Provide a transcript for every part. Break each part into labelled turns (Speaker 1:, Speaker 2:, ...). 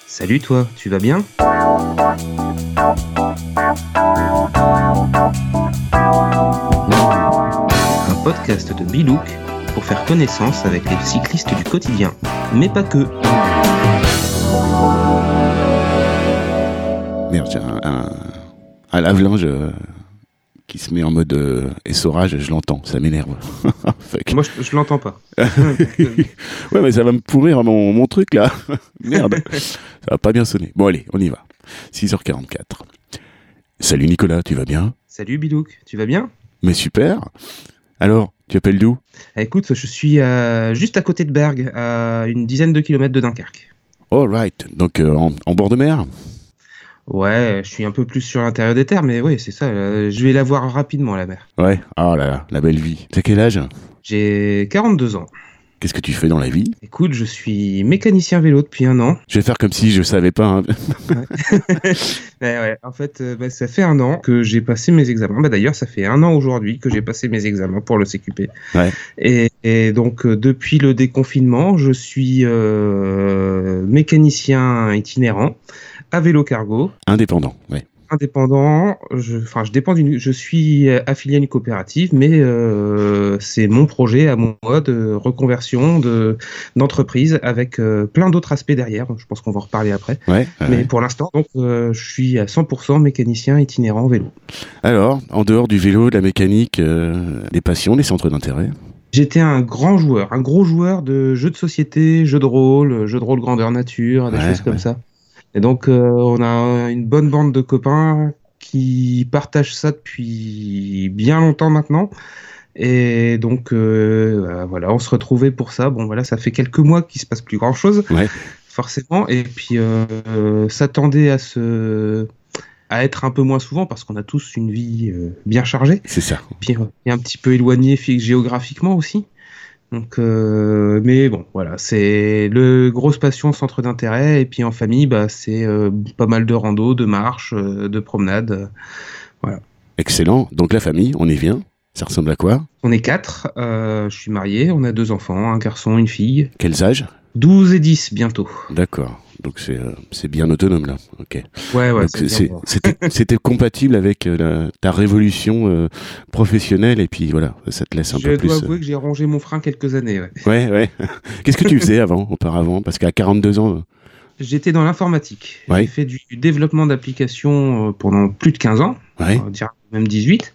Speaker 1: Salut toi, tu vas bien? Un podcast de Bilouk pour faire connaissance avec les cyclistes du quotidien, mais pas que.
Speaker 2: Merde, j'ai un lave-linge qui se met en mode essorage, je l'entends, ça m'énerve.
Speaker 1: Moi je l'entends pas.
Speaker 2: Ouais, mais ça va me pourrir mon truc là. Merde, ça va pas bien sonner. Bon allez, on y va. 6h44. Salut Nicolas, tu vas bien?
Speaker 1: Salut Bilouk, tu vas bien?
Speaker 2: Mais super. Alors, tu appelles d'où?
Speaker 1: Écoute, je suis juste à côté de Bergue, à une dizaine de kilomètres de Dunkerque.
Speaker 2: All right, donc en bord de mer?
Speaker 1: Ouais, je suis un peu plus sur l'intérieur des terres, mais oui, c'est ça. Je vais la voir rapidement, la mer.
Speaker 2: Ouais, oh là là, la belle vie. T'as quel âge?
Speaker 1: J'ai 42 ans.
Speaker 2: Qu'est-ce que tu fais dans la vie?
Speaker 1: Écoute, je suis mécanicien vélo depuis 1 an.
Speaker 2: Je vais faire comme si je savais pas. Hein.
Speaker 1: Ouais. En fait, ça fait 1 an que j'ai passé mes examens. D'ailleurs, ça fait 1 an aujourd'hui que j'ai passé mes examens pour le CQP.
Speaker 2: Ouais.
Speaker 1: Et donc, depuis le déconfinement, je suis mécanicien itinérant à vélo cargo.
Speaker 2: Indépendant, ouais.
Speaker 1: Indépendant, je suis affilié à une coopérative, mais c'est mon projet à moi de reconversion d'entreprise avec plein d'autres aspects derrière. Je pense qu'on va en reparler après.
Speaker 2: Ouais,
Speaker 1: mais pour l'instant, donc, je suis à 100% mécanicien itinérant vélo.
Speaker 2: Alors, en dehors du vélo, de la mécanique, des passions, des centres d'intérêt?
Speaker 1: J'étais un gros joueur de jeux de société, jeux de rôle grandeur nature, des choses comme ça. Et donc, on a une bonne bande de copains qui partagent ça depuis bien longtemps maintenant. Et donc, voilà, on se retrouvait pour ça. Bon, voilà, ça fait quelques mois qu'il se passe plus grand-chose, forcément. Et puis, s'attendait à être un peu moins souvent parce qu'on a tous une vie bien chargée.
Speaker 2: C'est ça.
Speaker 1: Puis, et un petit peu éloigné géographiquement aussi. Donc, mais bon, voilà, c'est le grosse passion, centre d'intérêt, et puis en famille, c'est pas mal de rando, de marches, de promenades, voilà.
Speaker 2: Excellent. Donc la famille, on y vient. Ça ressemble à quoi?
Speaker 1: On est 4, je suis marié, on a 2 enfants, un garçon, une fille.
Speaker 2: Quels âges?
Speaker 1: 12 et 10 bientôt.
Speaker 2: D'accord. Donc c'est bien autonome là. Ok.
Speaker 1: Ouais.
Speaker 2: Donc c'était compatible avec ta révolution professionnelle et puis voilà, ça te laisse un peu plus.
Speaker 1: Je dois avouer que j'ai rongé mon frein quelques années.
Speaker 2: Ouais. Qu'est-ce que tu faisais auparavant? Parce qu'à 42 ans.
Speaker 1: J'étais dans l'informatique.
Speaker 2: Ouais.
Speaker 1: J'ai fait du développement d'applications pendant plus de 15 ans.
Speaker 2: Ouais.
Speaker 1: On va dire même 18.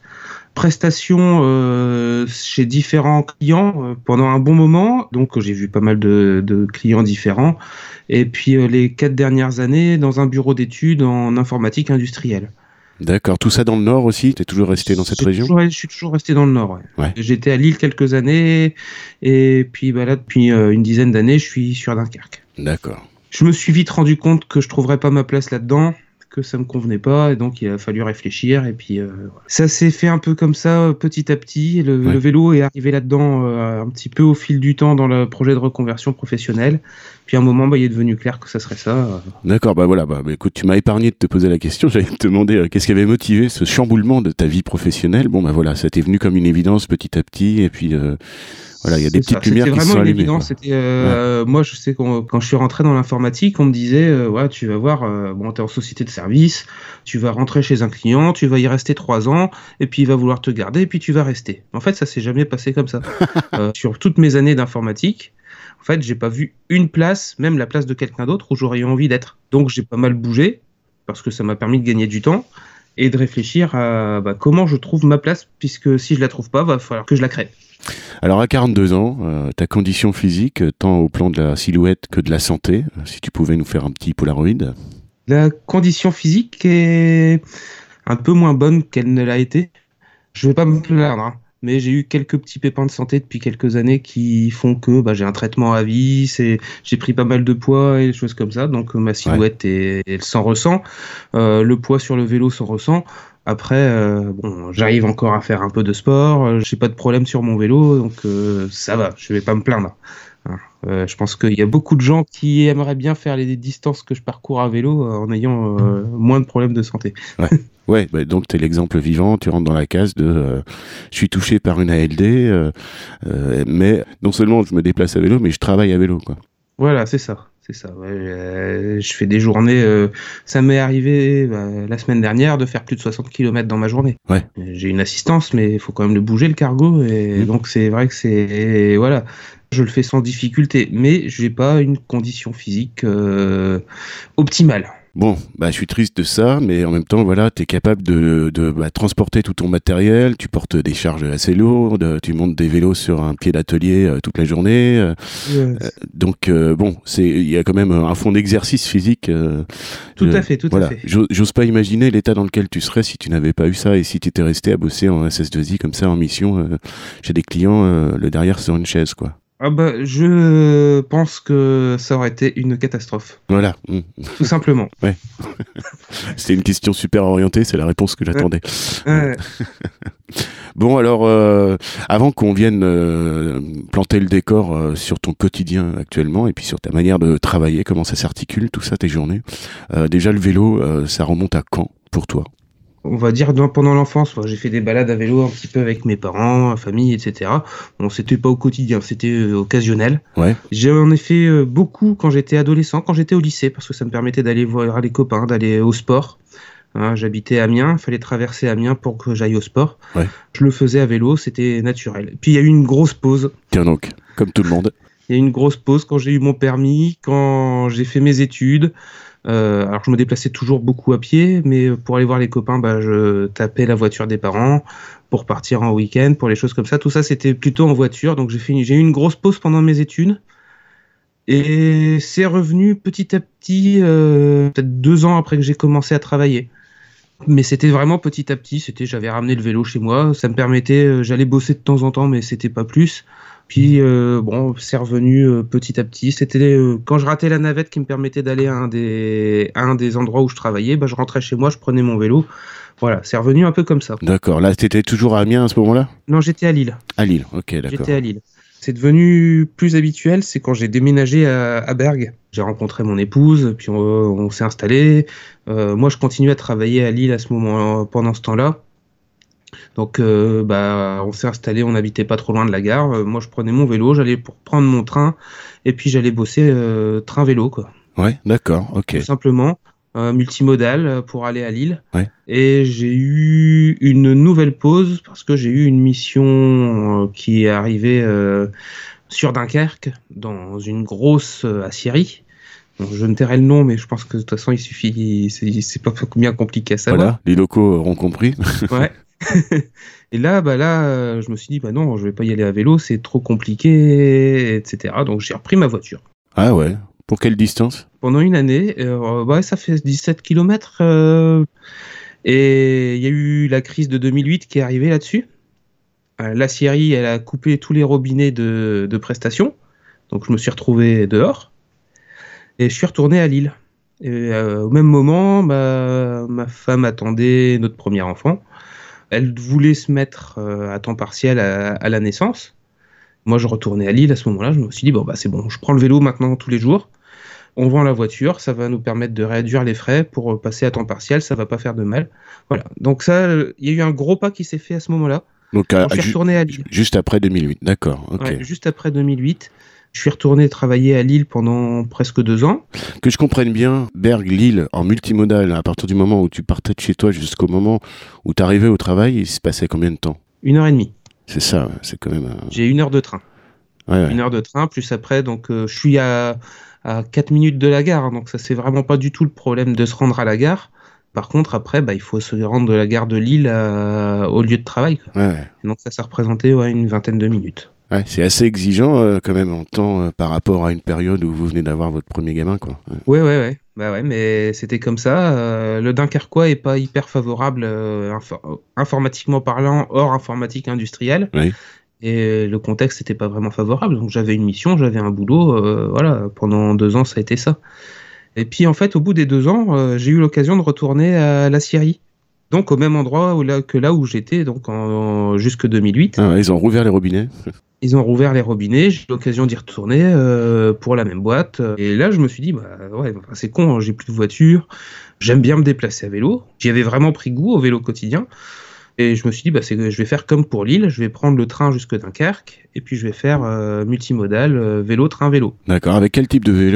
Speaker 1: Prestations chez différents clients pendant un bon moment, donc j'ai vu pas mal de clients différents, et puis les 4 dernières années dans un bureau d'études en informatique industrielle.
Speaker 2: D'accord, tout ça dans le Nord aussi? T'es toujours resté dans cette région?
Speaker 1: Je suis toujours resté dans le Nord,
Speaker 2: ouais.
Speaker 1: J'étais à Lille quelques années, et puis là depuis une dizaine d'années je suis sur Dunkerque.
Speaker 2: D'accord.
Speaker 1: Je me suis vite rendu compte que je trouverais pas ma place là-dedans, que ça me convenait pas, et donc il a fallu réfléchir, et puis ça s'est fait un peu comme ça petit à petit. Le vélo est arrivé là-dedans un petit peu au fil du temps dans le projet de reconversion professionnelle, puis à un moment il est devenu clair que ça serait ça.
Speaker 2: D'accord, voilà, écoute, tu m'as épargné de te poser la question, j'allais te demander qu'est-ce qui avait motivé ce chamboulement de ta vie professionnelle. Bon voilà, ça t'est venu comme une évidence petit à petit, et puis voilà, il y a des petites lumières qui se sont allumées.
Speaker 1: Moi, je sais quand je suis rentré dans l'informatique, on me disait, tu vas voir, t'es en société de service, tu vas rentrer chez un client, tu vas y rester 3 ans, et puis il va vouloir te garder, et puis tu vas rester. En fait, ça s'est jamais passé comme ça. Sur toutes mes années d'informatique, en fait, j'ai pas vu une place, même la place de quelqu'un d'autre, où j'aurais eu envie d'être. Donc, j'ai pas mal bougé, parce que ça m'a permis de gagner du temps, et de réfléchir à comment je trouve ma place, puisque si je la trouve pas, va falloir que je la crée.
Speaker 2: Alors à 42 ans, ta condition physique, tant au plan de la silhouette que de la santé, si tu pouvais nous faire un petit Polaroid.
Speaker 1: La condition physique est un peu moins bonne qu'elle ne l'a été. Je vais pas me plaindre, mais j'ai eu quelques petits pépins de santé depuis quelques années qui font que j'ai un traitement à vie, j'ai pris pas mal de poids et des choses comme ça, donc ma silhouette elle s'en ressent. Le poids sur le vélo s'en ressent. Après, j'arrive encore à faire un peu de sport, j'ai pas de problème sur mon vélo, donc ça va, je vais pas me plaindre. Je pense qu'il y a beaucoup de gens qui aimeraient bien faire les distances que je parcours à vélo en ayant moins de problèmes de santé.
Speaker 2: Ouais, donc tu es l'exemple vivant, tu rentres dans la case de je suis touché par une ALD, mais non seulement je me déplace à vélo, mais je travaille à vélo, quoi.
Speaker 1: Voilà, c'est ça. C'est ça. Ouais. Je fais des journées. Ça m'est arrivé la semaine dernière de faire plus de 60 km dans ma journée.
Speaker 2: Ouais.
Speaker 1: J'ai une assistance, mais il faut quand même le bouger, le cargo. Et donc c'est vrai que c'est voilà. Je le fais sans difficulté, mais j'ai pas une condition physique optimale.
Speaker 2: Bon, je suis triste de ça, mais en même temps, voilà, t'es capable de transporter tout ton matériel, tu portes des charges assez lourdes, tu montes des vélos sur un pied d'atelier toute la journée. Donc, bon, il y a quand même un fond d'exercice physique.
Speaker 1: Tout à fait.
Speaker 2: J'ose pas imaginer l'état dans lequel tu serais si tu n'avais pas eu ça et si tu étais resté à bosser en SS2I comme ça, en mission, chez des clients, le derrière sur une chaise, quoi.
Speaker 1: Ah je pense que ça aurait été une catastrophe.
Speaker 2: Voilà.
Speaker 1: Tout simplement.
Speaker 2: Ouais. C'était une question super orientée, c'est la réponse que j'attendais. Bon, alors, avant qu'on vienne planter le décor sur ton quotidien actuellement et puis sur ta manière de travailler, comment ça s'articule, tout ça, tes journées, déjà le vélo, ça remonte à quand pour toi ?
Speaker 1: On va dire pendant l'enfance, j'ai fait des balades à vélo un petit peu avec mes parents, ma famille, etc. Bon, c'était pas au quotidien, c'était occasionnel.
Speaker 2: Ouais.
Speaker 1: J'en ai fait beaucoup quand j'étais adolescent, quand j'étais au lycée, parce que ça me permettait d'aller voir les copains, d'aller au sport. J'habitais à Amiens, il fallait traverser Amiens pour que j'aille au sport.
Speaker 2: Ouais.
Speaker 1: Je le faisais à vélo, c'était naturel. Puis il y a eu une grosse pause.
Speaker 2: Tiens donc, comme tout le monde.
Speaker 1: Il y a eu une grosse pause quand j'ai eu mon permis, quand j'ai fait mes études. Alors je me déplaçais toujours beaucoup à pied, mais pour aller voir les copains, je tapais la voiture des parents pour partir en week-end, pour les choses comme ça. Tout ça, c'était plutôt en voiture. Donc j'ai eu une grosse pause pendant mes études. Et c'est revenu petit à petit, peut-être 2 ans après que j'ai commencé à travailler. Mais c'était vraiment petit à petit. J'avais ramené le vélo chez moi. Ça me permettait, j'allais bosser de temps en temps, mais c'était pas plus. Puis c'est revenu petit à petit. C'était quand je ratais la navette qui me permettait d'aller à un des endroits où je travaillais, je rentrais chez moi, je prenais mon vélo. Voilà, c'est revenu un peu comme ça.
Speaker 2: D'accord. Là, t'étais toujours à Amiens à ce moment-là ?
Speaker 1: Non, j'étais à Lille.
Speaker 2: À Lille, ok, d'accord.
Speaker 1: J'étais à Lille. C'est devenu plus habituel, c'est quand j'ai déménagé à Bergues. J'ai rencontré mon épouse, puis on s'est installé. Moi, je continuais à travailler à Lille à ce moment, pendant ce temps-là. Donc, on s'est installé, on n'habitait pas trop loin de la gare. Moi, je prenais mon vélo, j'allais pour prendre mon train, et puis j'allais bosser train-vélo, quoi.
Speaker 2: Ouais, d'accord, ok.
Speaker 1: Tout simplement, multimodal pour aller à Lille.
Speaker 2: Ouais.
Speaker 1: Et j'ai eu une nouvelle pause parce que j'ai eu une mission qui est arrivée sur Dunkerque, dans une grosse aciérie. Bon, je ne tairai le nom, mais je pense que de toute façon, il suffit, c'est pas bien compliqué à savoir.
Speaker 2: Voilà, les locaux auront compris.
Speaker 1: Ouais. Et là, je me suis dit, non, je vais pas y aller à vélo, c'est trop compliqué, etc. Donc j'ai repris ma voiture.
Speaker 2: Ah ouais. Pour quelle distance ?
Speaker 1: Pendant une année, ça fait 17 km. Et il y a eu la crise de 2008 qui est arrivée là-dessus. L'aciérie, elle a coupé tous les robinets de prestations. Donc je me suis retrouvé dehors. Et je suis retourné à Lille. Et au même moment, ma femme attendait notre premier enfant. Elle voulait se mettre à temps partiel à la naissance. Moi, je retournais à Lille à ce moment-là. Je me suis dit, c'est bon, je prends le vélo maintenant tous les jours. On vend la voiture, ça va nous permettre de réduire les frais pour passer à temps partiel, ça va pas faire de mal. Voilà. Donc ça, il y a eu un gros pas qui s'est fait à ce moment-là.
Speaker 2: Donc,
Speaker 1: je suis retourné à Lille.
Speaker 2: Juste après 2008, d'accord. Okay.
Speaker 1: Ouais, juste après 2008. Je suis retourné travailler à Lille pendant presque 2 ans.
Speaker 2: Que je comprenne bien, Bergues-Lille en multimodal, à partir du moment où tu partais de chez toi jusqu'au moment où tu arrivais au travail, il se passait combien de temps ?
Speaker 1: 1h30.
Speaker 2: C'est ça, c'est quand même...
Speaker 1: J'ai 1 heure de train.
Speaker 2: Ouais.
Speaker 1: 1 heure de train, plus après, donc je suis à 4 minutes de la gare, donc ça c'est vraiment pas du tout le problème de se rendre à la gare. Par contre, après, il faut se rendre de la gare de Lille au lieu de travail, quoi.
Speaker 2: Ouais.
Speaker 1: Donc ça représentait une vingtaine de minutes.
Speaker 2: Ouais, c'est assez exigeant quand même en temps par rapport à une période où vous venez d'avoir votre premier gamin, quoi.
Speaker 1: Ouais. Mais c'était comme ça. Le Dunkerquois est pas hyper favorable informatiquement parlant, hors informatique industrielle.
Speaker 2: Oui.
Speaker 1: Et le contexte n'était pas vraiment favorable. Donc j'avais une mission, j'avais un boulot. Pendant 2 ans, ça a été ça. Et puis en fait, au bout des 2 ans, j'ai eu l'occasion de retourner à la Syrie. Donc au même endroit que là où j'étais, donc jusque 2008.
Speaker 2: Ah ouais, ils ont rouvert les robinets.
Speaker 1: Ils ont rouvert les robinets, j'ai eu l'occasion d'y retourner pour la même boîte. Et là, je me suis dit, c'est con, j'ai plus de voiture, j'aime bien me déplacer à vélo. J'y avais vraiment pris goût au vélo quotidien. Et je me suis dit, je vais faire comme pour Lille, je vais prendre le train jusque Dunkerque, et puis je vais faire multimodal, vélo, train, vélo.
Speaker 2: D'accord, avec quel type de vélo ?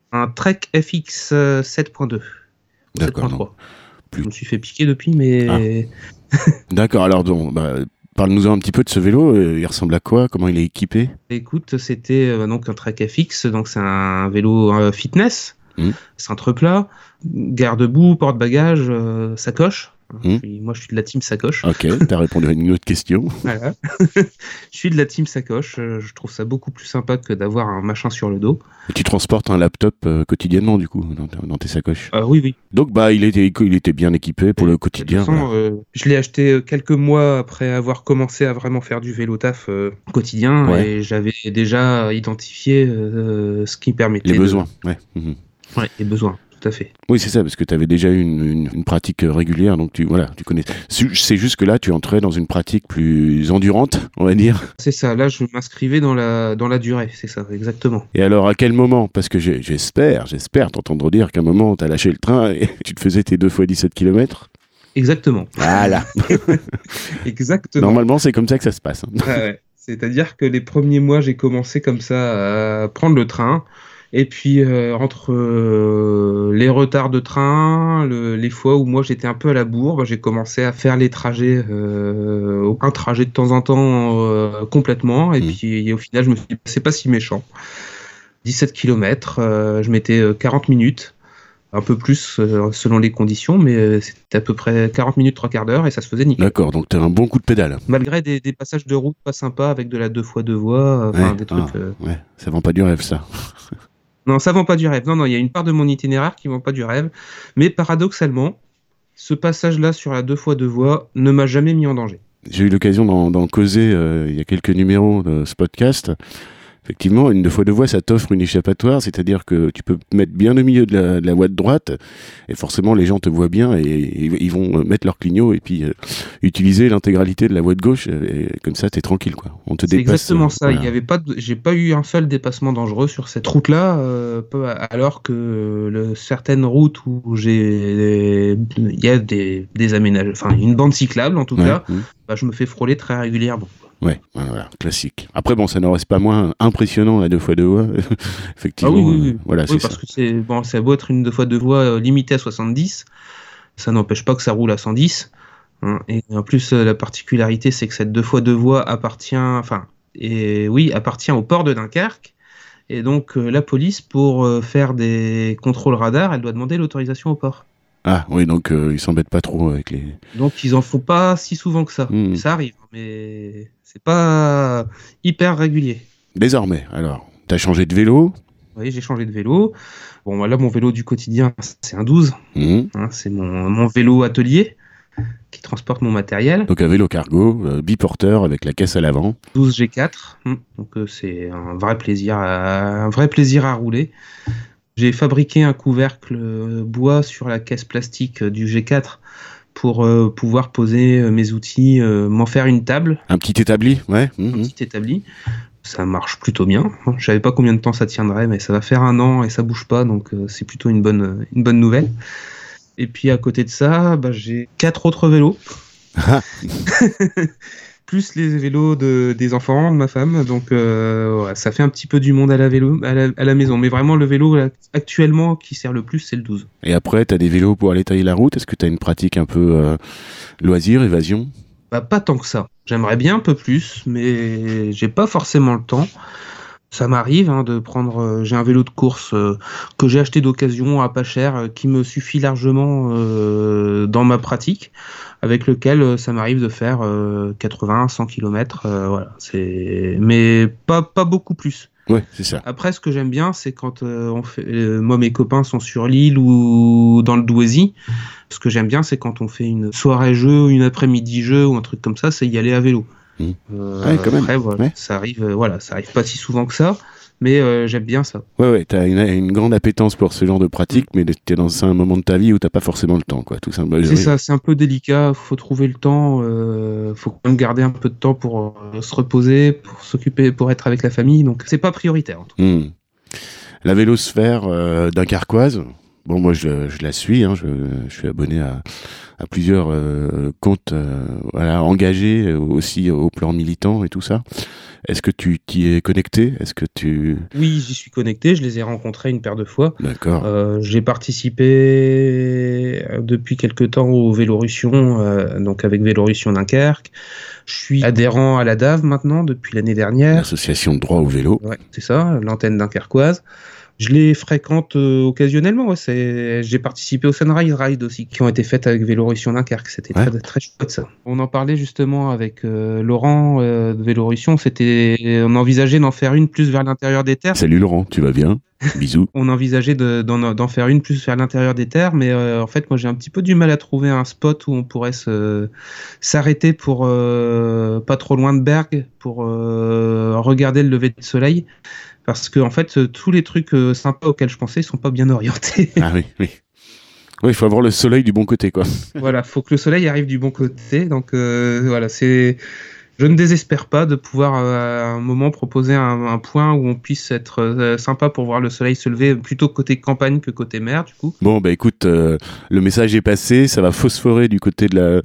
Speaker 1: Un Trek FX 7.2.
Speaker 2: D'accord.
Speaker 1: 7.3. Je me suis fait piquer depuis, mais...
Speaker 2: D'accord, alors donc, parle-nous un petit peu de ce vélo, il ressemble à quoi? Comment il est équipé?
Speaker 1: Écoute, c'était donc un Trek FX, donc c'est un vélo fitness, cintre plat, garde-boue, porte-bagages, sacoche. Moi, je suis de la team sacoche.
Speaker 2: Ok, t'as répondu à une autre question.
Speaker 1: Voilà. Je suis de la team sacoche. Je trouve ça beaucoup plus sympa que d'avoir un machin sur le dos.
Speaker 2: Et tu transportes un laptop quotidiennement, du coup, dans tes sacoches?
Speaker 1: Oui.
Speaker 2: Donc, il était bien équipé pour le quotidien.
Speaker 1: De toute façon, je l'ai acheté quelques mois après avoir commencé à vraiment faire du vélo taf quotidien. Ouais. Et j'avais déjà identifié ce qui permettait...
Speaker 2: Les besoins,
Speaker 1: Ouais, les besoins. Tout à fait.
Speaker 2: Oui, c'est ça, parce que tu avais déjà eu une pratique régulière, donc tu connais. C'est juste que là, tu entrais dans une pratique plus endurante, on va dire.
Speaker 1: C'est ça, là, je m'inscrivais dans la durée, c'est ça, exactement.
Speaker 2: Et alors, à quel moment? Parce que j'espère t'entendre dire qu'à un moment, tu as lâché le train et tu te faisais tes 2 fois 17 km.
Speaker 1: Exactement.
Speaker 2: Voilà.
Speaker 1: Exactement.
Speaker 2: Normalement, c'est comme ça que ça se passe.
Speaker 1: Ouais. C'est-à-dire que les premiers mois, j'ai commencé comme ça à prendre le train. Et puis, entre les retards de train, les fois où moi j'étais un peu à la bourre, j'ai commencé à faire les trajets, un trajet de temps en temps complètement. Et puis, au final, je me suis dit, c'est pas si méchant. 17 km, je mettais 40 minutes, un peu plus selon les conditions, mais c'était à peu près 40 minutes, 3/4 d'heure, et ça se faisait nickel.
Speaker 2: D'accord, donc t'as un bon coup de pédale.
Speaker 1: Malgré des passages de route pas sympas avec de la 2x2 voies, des trucs...
Speaker 2: Ouais, ça vend pas du rêve, ça.
Speaker 1: Non, ça vend pas du rêve. Non, il y a une part de mon itinéraire qui vend pas du rêve. Mais paradoxalement, ce passage-là sur la 2x2 voies ne m'a jamais mis en danger.
Speaker 2: J'ai eu l'occasion d'en causer il y a quelques numéros de ce podcast. Effectivement, une 2x2 voies, ça t'offre une échappatoire, c'est-à-dire que tu peux te mettre bien au milieu de la voie de droite, et forcément les gens te voient bien et ils vont mettre leur clignot et puis utiliser l'intégralité de la voie de gauche, et comme ça t'es tranquille, quoi. On te dépasse.
Speaker 1: C'est exactement ça. Voilà. J'ai pas eu un seul dépassement dangereux sur cette route-là, alors que certaines routes où il y a des aménagements, enfin une bande cyclable en tout cas, je me fais frôler très régulièrement.
Speaker 2: Ouais, voilà, classique. Après, ça n'en reste pas moins impressionnant la 2x2 voies. Effectivement.
Speaker 1: Ah oui.
Speaker 2: Voilà,
Speaker 1: oui, parce que ça beau être une 2x2 voies limitée à 70, ça n'empêche pas que ça roule à 110. Hein, et en plus, la particularité, c'est que cette 2x2 voies appartient au port de Dunkerque. Et donc, la police, pour faire des contrôles radars, elle doit demander l'autorisation au port.
Speaker 2: Ah oui, donc ils s'embêtent pas trop avec les...
Speaker 1: Donc ils en font pas si souvent que ça. Ça arrive, mais c'est pas hyper régulier.
Speaker 2: Désormais, alors, t'as changé de vélo?
Speaker 1: Oui, j'ai changé de vélo. Bon, là, mon vélo du quotidien, c'est un 12. C'est mon vélo atelier qui transporte mon matériel.
Speaker 2: Donc un vélo cargo, biporteur avec la caisse à l'avant.
Speaker 1: 12 G4. Donc c'est un vrai plaisir à rouler. J'ai fabriqué un couvercle bois sur la caisse plastique du G4 pour pouvoir poser mes outils, m'en faire une table.
Speaker 2: Un petit établi, ouais.
Speaker 1: Un petit établi. Ça marche plutôt bien. Je savais pas combien de temps ça tiendrait, mais ça va faire 1 an et ça bouge pas, donc c'est plutôt une bonne nouvelle. Et puis à côté de ça, j'ai 4 autres vélos. Plus les vélos des enfants, de ma femme, donc ça fait un petit peu du monde à la maison, mais vraiment le vélo actuellement qui sert le plus, c'est le 12.
Speaker 2: Et après, t'as des vélos pour aller tailler la route? Est-ce que t'as une pratique un peu loisir, évasion?
Speaker 1: Pas tant que ça. J'aimerais bien un peu plus, mais j'ai pas forcément le temps. Ça m'arrive de prendre... j'ai un vélo de course que j'ai acheté d'occasion à pas cher, qui me suffit largement dans ma pratique, avec lequel ça m'arrive de faire 80-100 km. Voilà. Mais pas beaucoup plus.
Speaker 2: Ouais, c'est ça.
Speaker 1: Après, ce que j'aime bien, c'est quand moi, mes copains sont sur l'île ou dans le Douaisis. Ce que j'aime bien, c'est quand on fait une soirée jeu, une après-midi jeu ou un truc comme ça, c'est y aller à vélo.
Speaker 2: Quand même.
Speaker 1: Après, ça arrive pas si souvent que ça, mais j'aime bien ça.
Speaker 2: Ouais, t'as une grande appétence pour ce genre de pratique, mais t'es dans un moment de ta vie où t'as pas forcément le temps, quoi, tout simplement.
Speaker 1: C'est ça, c'est un peu délicat, faut trouver le temps, faut quand même garder un peu de temps pour se reposer, pour s'occuper, pour être avec la famille, donc c'est pas prioritaire. En tout cas.
Speaker 2: La vélosphère dunkerquoise, bon, moi je la suis, je suis abonné à plusieurs comptes engagés aussi au plan militant et tout ça. Est-ce que tu t'y es connecté? Est-ce que tu...
Speaker 1: Oui, j'y suis connecté, je les ai rencontrés une paire de fois.
Speaker 2: D'accord.
Speaker 1: J'ai participé depuis quelque temps au Vélorussion, donc avec Vélorussion Dunkerque. Je suis adhérent à la DAV maintenant depuis l'année dernière.
Speaker 2: L'association de droit au vélo.
Speaker 1: Ouais, c'est ça, l'antenne dunkerquoise. Je les fréquente occasionnellement. Ouais, j'ai participé au Sunrise Ride aussi, qui ont été faites avec Vélorussion Dunkerque. C'était très, très chouette ça. On en parlait justement avec Laurent de Vélorussion. On envisageait d'en faire une plus vers l'intérieur des terres.
Speaker 2: Salut Laurent, tu vas bien? Bisous.
Speaker 1: On envisageait d'en faire une plus vers l'intérieur des terres, mais en fait, moi, j'ai un petit peu du mal à trouver un spot où on pourrait s'arrêter pour pas trop loin de Berg pour regarder le lever de soleil. Parce que en fait, tous les trucs sympas auxquels je pensais sont pas bien orientés.
Speaker 2: Ah oui, oui. Oui, il faut avoir le soleil du bon côté, quoi.
Speaker 1: Voilà, faut que le soleil arrive du bon côté. Donc voilà, je ne désespère pas de pouvoir à un moment proposer un point où on puisse être sympa pour voir le soleil se lever plutôt côté campagne que côté mer, du coup.
Speaker 2: Bon, bah écoute, le message est passé, ça va phosphorer du côté de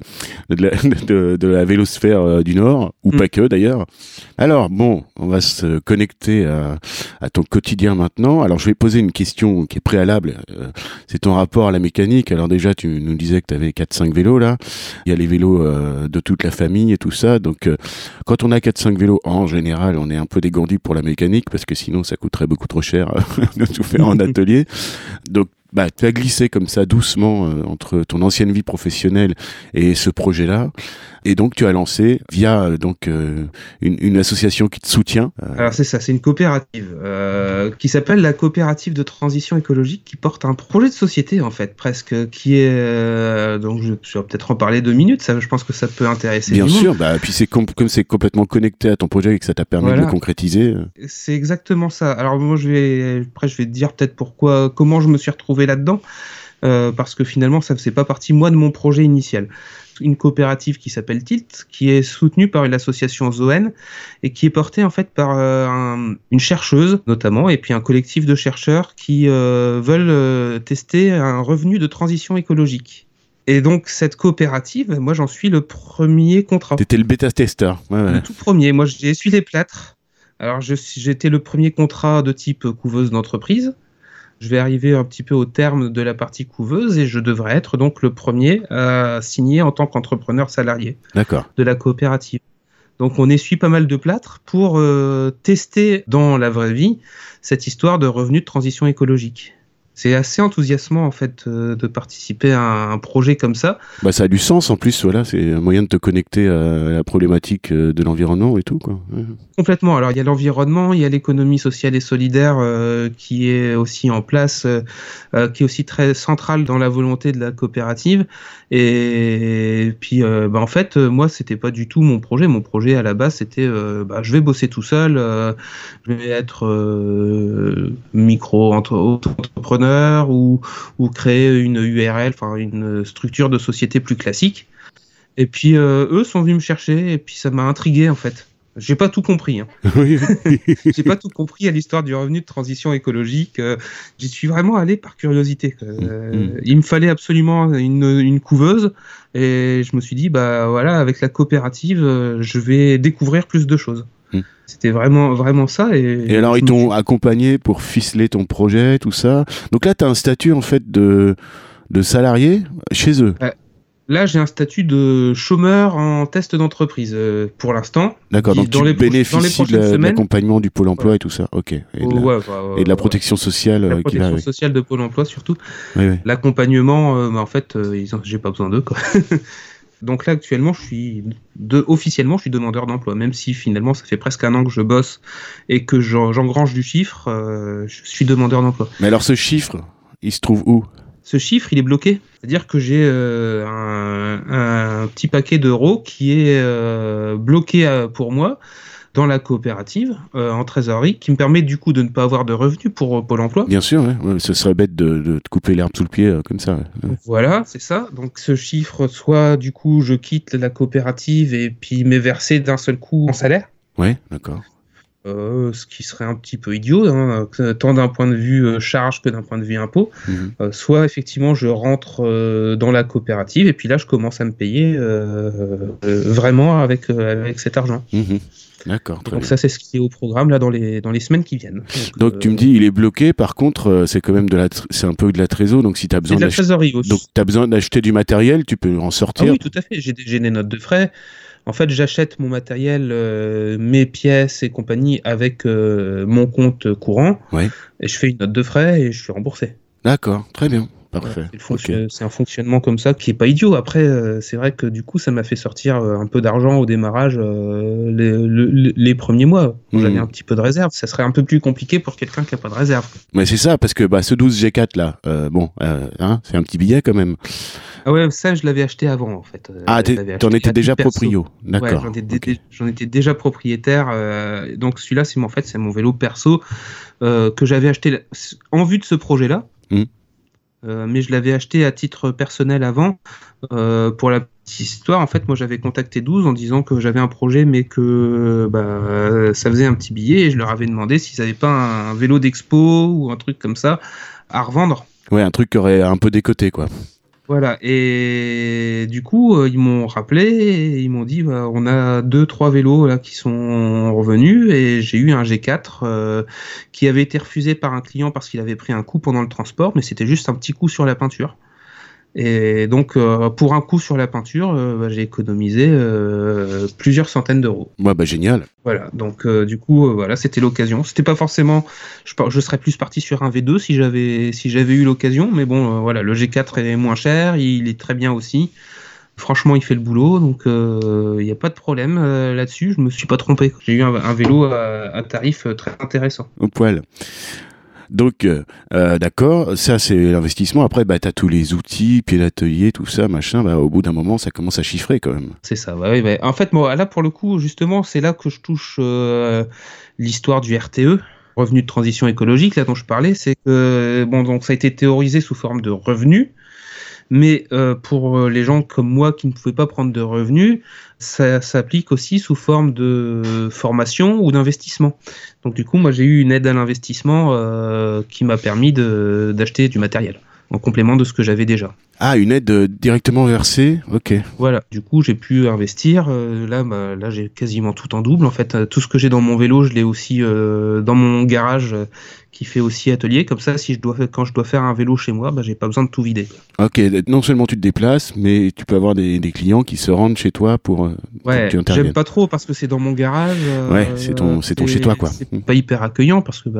Speaker 2: la vélosphère du Nord, ou pas que d'ailleurs. Alors, bon, on va se connecter à ton quotidien maintenant. Alors, je vais poser une question qui est préalable. C'est ton rapport à la mécanique. Alors déjà, tu nous disais que tu avais 4-5 vélos là. Il y a les vélos de toute la famille et tout ça. Donc, quand on a 4-5 vélos, en général, on est un peu dégourdi pour la mécanique parce que sinon, ça coûterait beaucoup trop cher de tout faire en atelier. Donc, bah, tu as glissé comme ça doucement entre ton ancienne vie professionnelle et ce projet-là. Et donc, tu as lancé via une association qui te soutient.
Speaker 1: Alors, c'est ça, c'est une coopérative qui s'appelle la Coopérative de Transition Écologique, qui porte un projet de société, en fait, presque, qui est... donc, je vais peut-être en parler 2 minutes, ça, je pense que ça peut intéresser
Speaker 2: Bien
Speaker 1: tout le
Speaker 2: sûr,
Speaker 1: monde.
Speaker 2: bah, puis comme c'est complètement connecté à ton projet et que ça t'a permis de le concrétiser.
Speaker 1: C'est exactement ça. Alors, moi, je vais te dire peut-être comment je me suis retrouvé là-dedans, parce que finalement, ça ne faisait pas partie, moi, de mon projet initial. Une coopérative qui s'appelle Tilt, qui est soutenue par l'association Zoen et qui est portée en fait par une chercheuse notamment et puis un collectif de chercheurs qui veulent tester un revenu de transition écologique. Et donc cette coopérative, moi j'en suis le premier contrat.
Speaker 2: T'étais le bêta-testeur. Ouais.
Speaker 1: Le tout premier. Moi j'ai essuyé les plâtres. Alors j'étais le premier contrat de type couveuse d'entreprise. Je vais arriver un petit peu au terme de la partie couveuse et je devrais être donc le premier à signer en tant qu'entrepreneur salarié de la coopérative. Donc on essuie pas mal de plâtre pour tester dans la vraie vie cette histoire de revenu de transition écologique. C'est assez enthousiasmant en fait de participer à un projet comme ça.
Speaker 2: Bah ça a du sens en plus, voilà, c'est un moyen de te connecter à la problématique de l'environnement et tout quoi. Ouais.
Speaker 1: Complètement. Alors il y a l'environnement, il y a l'économie sociale et solidaire qui est aussi en place, qui est aussi très centrale dans la volonté de la coopérative. Et puis en fait moi c'était pas du tout mon projet. Mon projet à la base c'était je vais bosser tout seul, je vais être auto-entrepreneur ou créer une URL, enfin une structure de société plus classique. Et puis eux sont venus me chercher et puis ça m'a intrigué en fait. J'ai pas tout compris. Hein.
Speaker 2: Oui.
Speaker 1: J'ai pas tout compris à l'histoire du revenu de transition écologique. J'y suis vraiment allé par curiosité. Il me fallait absolument une couveuse et je me suis dit voilà, avec la coopérative, je vais découvrir plus de choses. C'était vraiment ça.
Speaker 2: Et alors, ils t'ont accompagné pour ficeler ton projet, tout ça. Donc là, tu as un statut en fait de salarié chez eux.
Speaker 1: Là, j'ai un statut de chômeur en test d'entreprise pour l'instant.
Speaker 2: D'accord, donc tu bénéficies de l'accompagnement du Pôle emploi et tout ça. Ok. Et de la protection sociale.
Speaker 1: La protection sociale de Pôle emploi surtout.
Speaker 2: Oui.
Speaker 1: L'accompagnement, en fait, j'ai pas besoin d'eux, quoi. Donc là, actuellement, officiellement, je suis demandeur d'emploi, même si finalement, ça fait presque 1 an que je bosse et que j'engrange du chiffre, je suis demandeur d'emploi.
Speaker 2: Mais alors, ce chiffre, il se trouve où ?
Speaker 1: Ce chiffre, il est bloqué. C'est-à-dire que j'ai un petit paquet d'euros qui est bloqué pour moi dans la coopérative en trésorerie, qui me permet du coup de ne pas avoir de revenus pour Pôle emploi.
Speaker 2: Bien sûr, ouais. Ce serait bête de te couper l'herbe sous le pied comme ça. Ouais.
Speaker 1: Voilà, c'est ça. Donc ce chiffre, soit du coup je quitte la coopérative et puis m'est versé d'un seul coup en salaire.
Speaker 2: Ouais, d'accord.
Speaker 1: ce qui serait un petit peu idiot, hein, tant d'un point de vue charge que d'un point de vue impôt. Soit effectivement je rentre dans la coopérative et puis là je commence à me payer vraiment avec cet argent.
Speaker 2: D'accord. Très
Speaker 1: Donc
Speaker 2: bien.
Speaker 1: ça c'est ce qui est au programme là dans les semaines qui viennent.
Speaker 2: Donc tu me dis il est bloqué. Par contre c'est quand même c'est un peu de la trésor. Donc si tu as besoin d'acheter du matériel, tu peux en sortir.
Speaker 1: Ah oui, tout à fait. J'ai des notes de frais. En fait, j'achète mon matériel, mes pièces et compagnie avec mon compte courant.
Speaker 2: Ouais.
Speaker 1: Et je fais une note de frais et je suis remboursé.
Speaker 2: D'accord, très bien. Parfait.
Speaker 1: C'est un fonctionnement comme ça qui est pas idiot. Après, c'est vrai que du coup, ça m'a fait sortir un peu d'argent au démarrage les premiers mois. J'avais un petit peu de réserve. Ça serait un peu plus compliqué pour quelqu'un qui a pas de réserve.
Speaker 2: Mais c'est ça, parce que ce 12 G4 là, c'est un petit billet quand même.
Speaker 1: Ah ouais, ça je l'avais acheté avant en fait.
Speaker 2: T'en étais déjà proprio. D'accord.
Speaker 1: Ouais, j'en étais déjà propriétaire. Donc celui-là, c'est mon vélo perso que j'avais acheté en vue de ce projet-là. Mais je l'avais acheté à titre personnel avant. Pour la petite histoire, en fait, moi j'avais contacté 12 en disant que j'avais un projet, mais que ça faisait un petit billet, et je leur avais demandé s'ils n'avaient pas un vélo d'expo ou un truc comme ça à revendre.
Speaker 2: Ouais, un truc qui aurait un peu décoté, quoi.
Speaker 1: Voilà, et du coup, ils m'ont rappelé et ils m'ont dit on a 2-3 vélos là qui sont revenus, et j'ai eu un G4 qui avait été refusé par un client parce qu'il avait pris un coup pendant le transport, mais c'était juste un petit coup sur la peinture. Et donc, pour un coup sur la peinture, j'ai économisé plusieurs centaines d'euros.
Speaker 2: Ouais, génial.
Speaker 1: Voilà, donc du coup, voilà, c'était l'occasion. C'était pas forcément... Je serais plus parti sur un V2 si j'avais eu l'occasion, mais bon, voilà, le G4 est moins cher, il est très bien aussi. Franchement, il fait le boulot, donc il n'y a pas de problème là-dessus. Je me suis pas trompé. J'ai eu un vélo à tarif très intéressant.
Speaker 2: Au poil. Donc, d'accord, ça c'est l'investissement. Après, t'as tous les outils, pieds d'atelier, tout ça, machin. Au bout d'un moment, ça commence à chiffrer quand même.
Speaker 1: C'est ça. Oui. En fait, moi, là pour le coup, justement, c'est là que je touche l'histoire du RTE, revenu de transition écologique, là dont je parlais. C'est que donc ça a été théorisé sous forme de revenus. Mais pour les gens comme moi qui ne pouvaient pas prendre de revenus, ça s'applique aussi sous forme de formation ou d'investissement. Donc du coup, moi j'ai eu une aide à l'investissement qui m'a permis d'acheter du matériel en complément de ce que j'avais déjà.
Speaker 2: Ah, une aide directement versée, ok.
Speaker 1: Voilà, du coup j'ai pu investir. Là j'ai quasiment tout en double. En fait, tout ce que j'ai dans mon vélo, je l'ai aussi dans mon garage qui fait aussi atelier. Comme ça, quand je dois faire un vélo chez moi, j'ai pas besoin de tout vider.
Speaker 2: Ok, non seulement tu te déplaces, mais tu peux avoir des clients qui se rendent chez toi pour
Speaker 1: que tu interviennes. J'aime pas trop parce que c'est dans mon garage.
Speaker 2: Ouais, c'est ton chez toi, quoi.
Speaker 1: C'est pas hyper accueillant parce que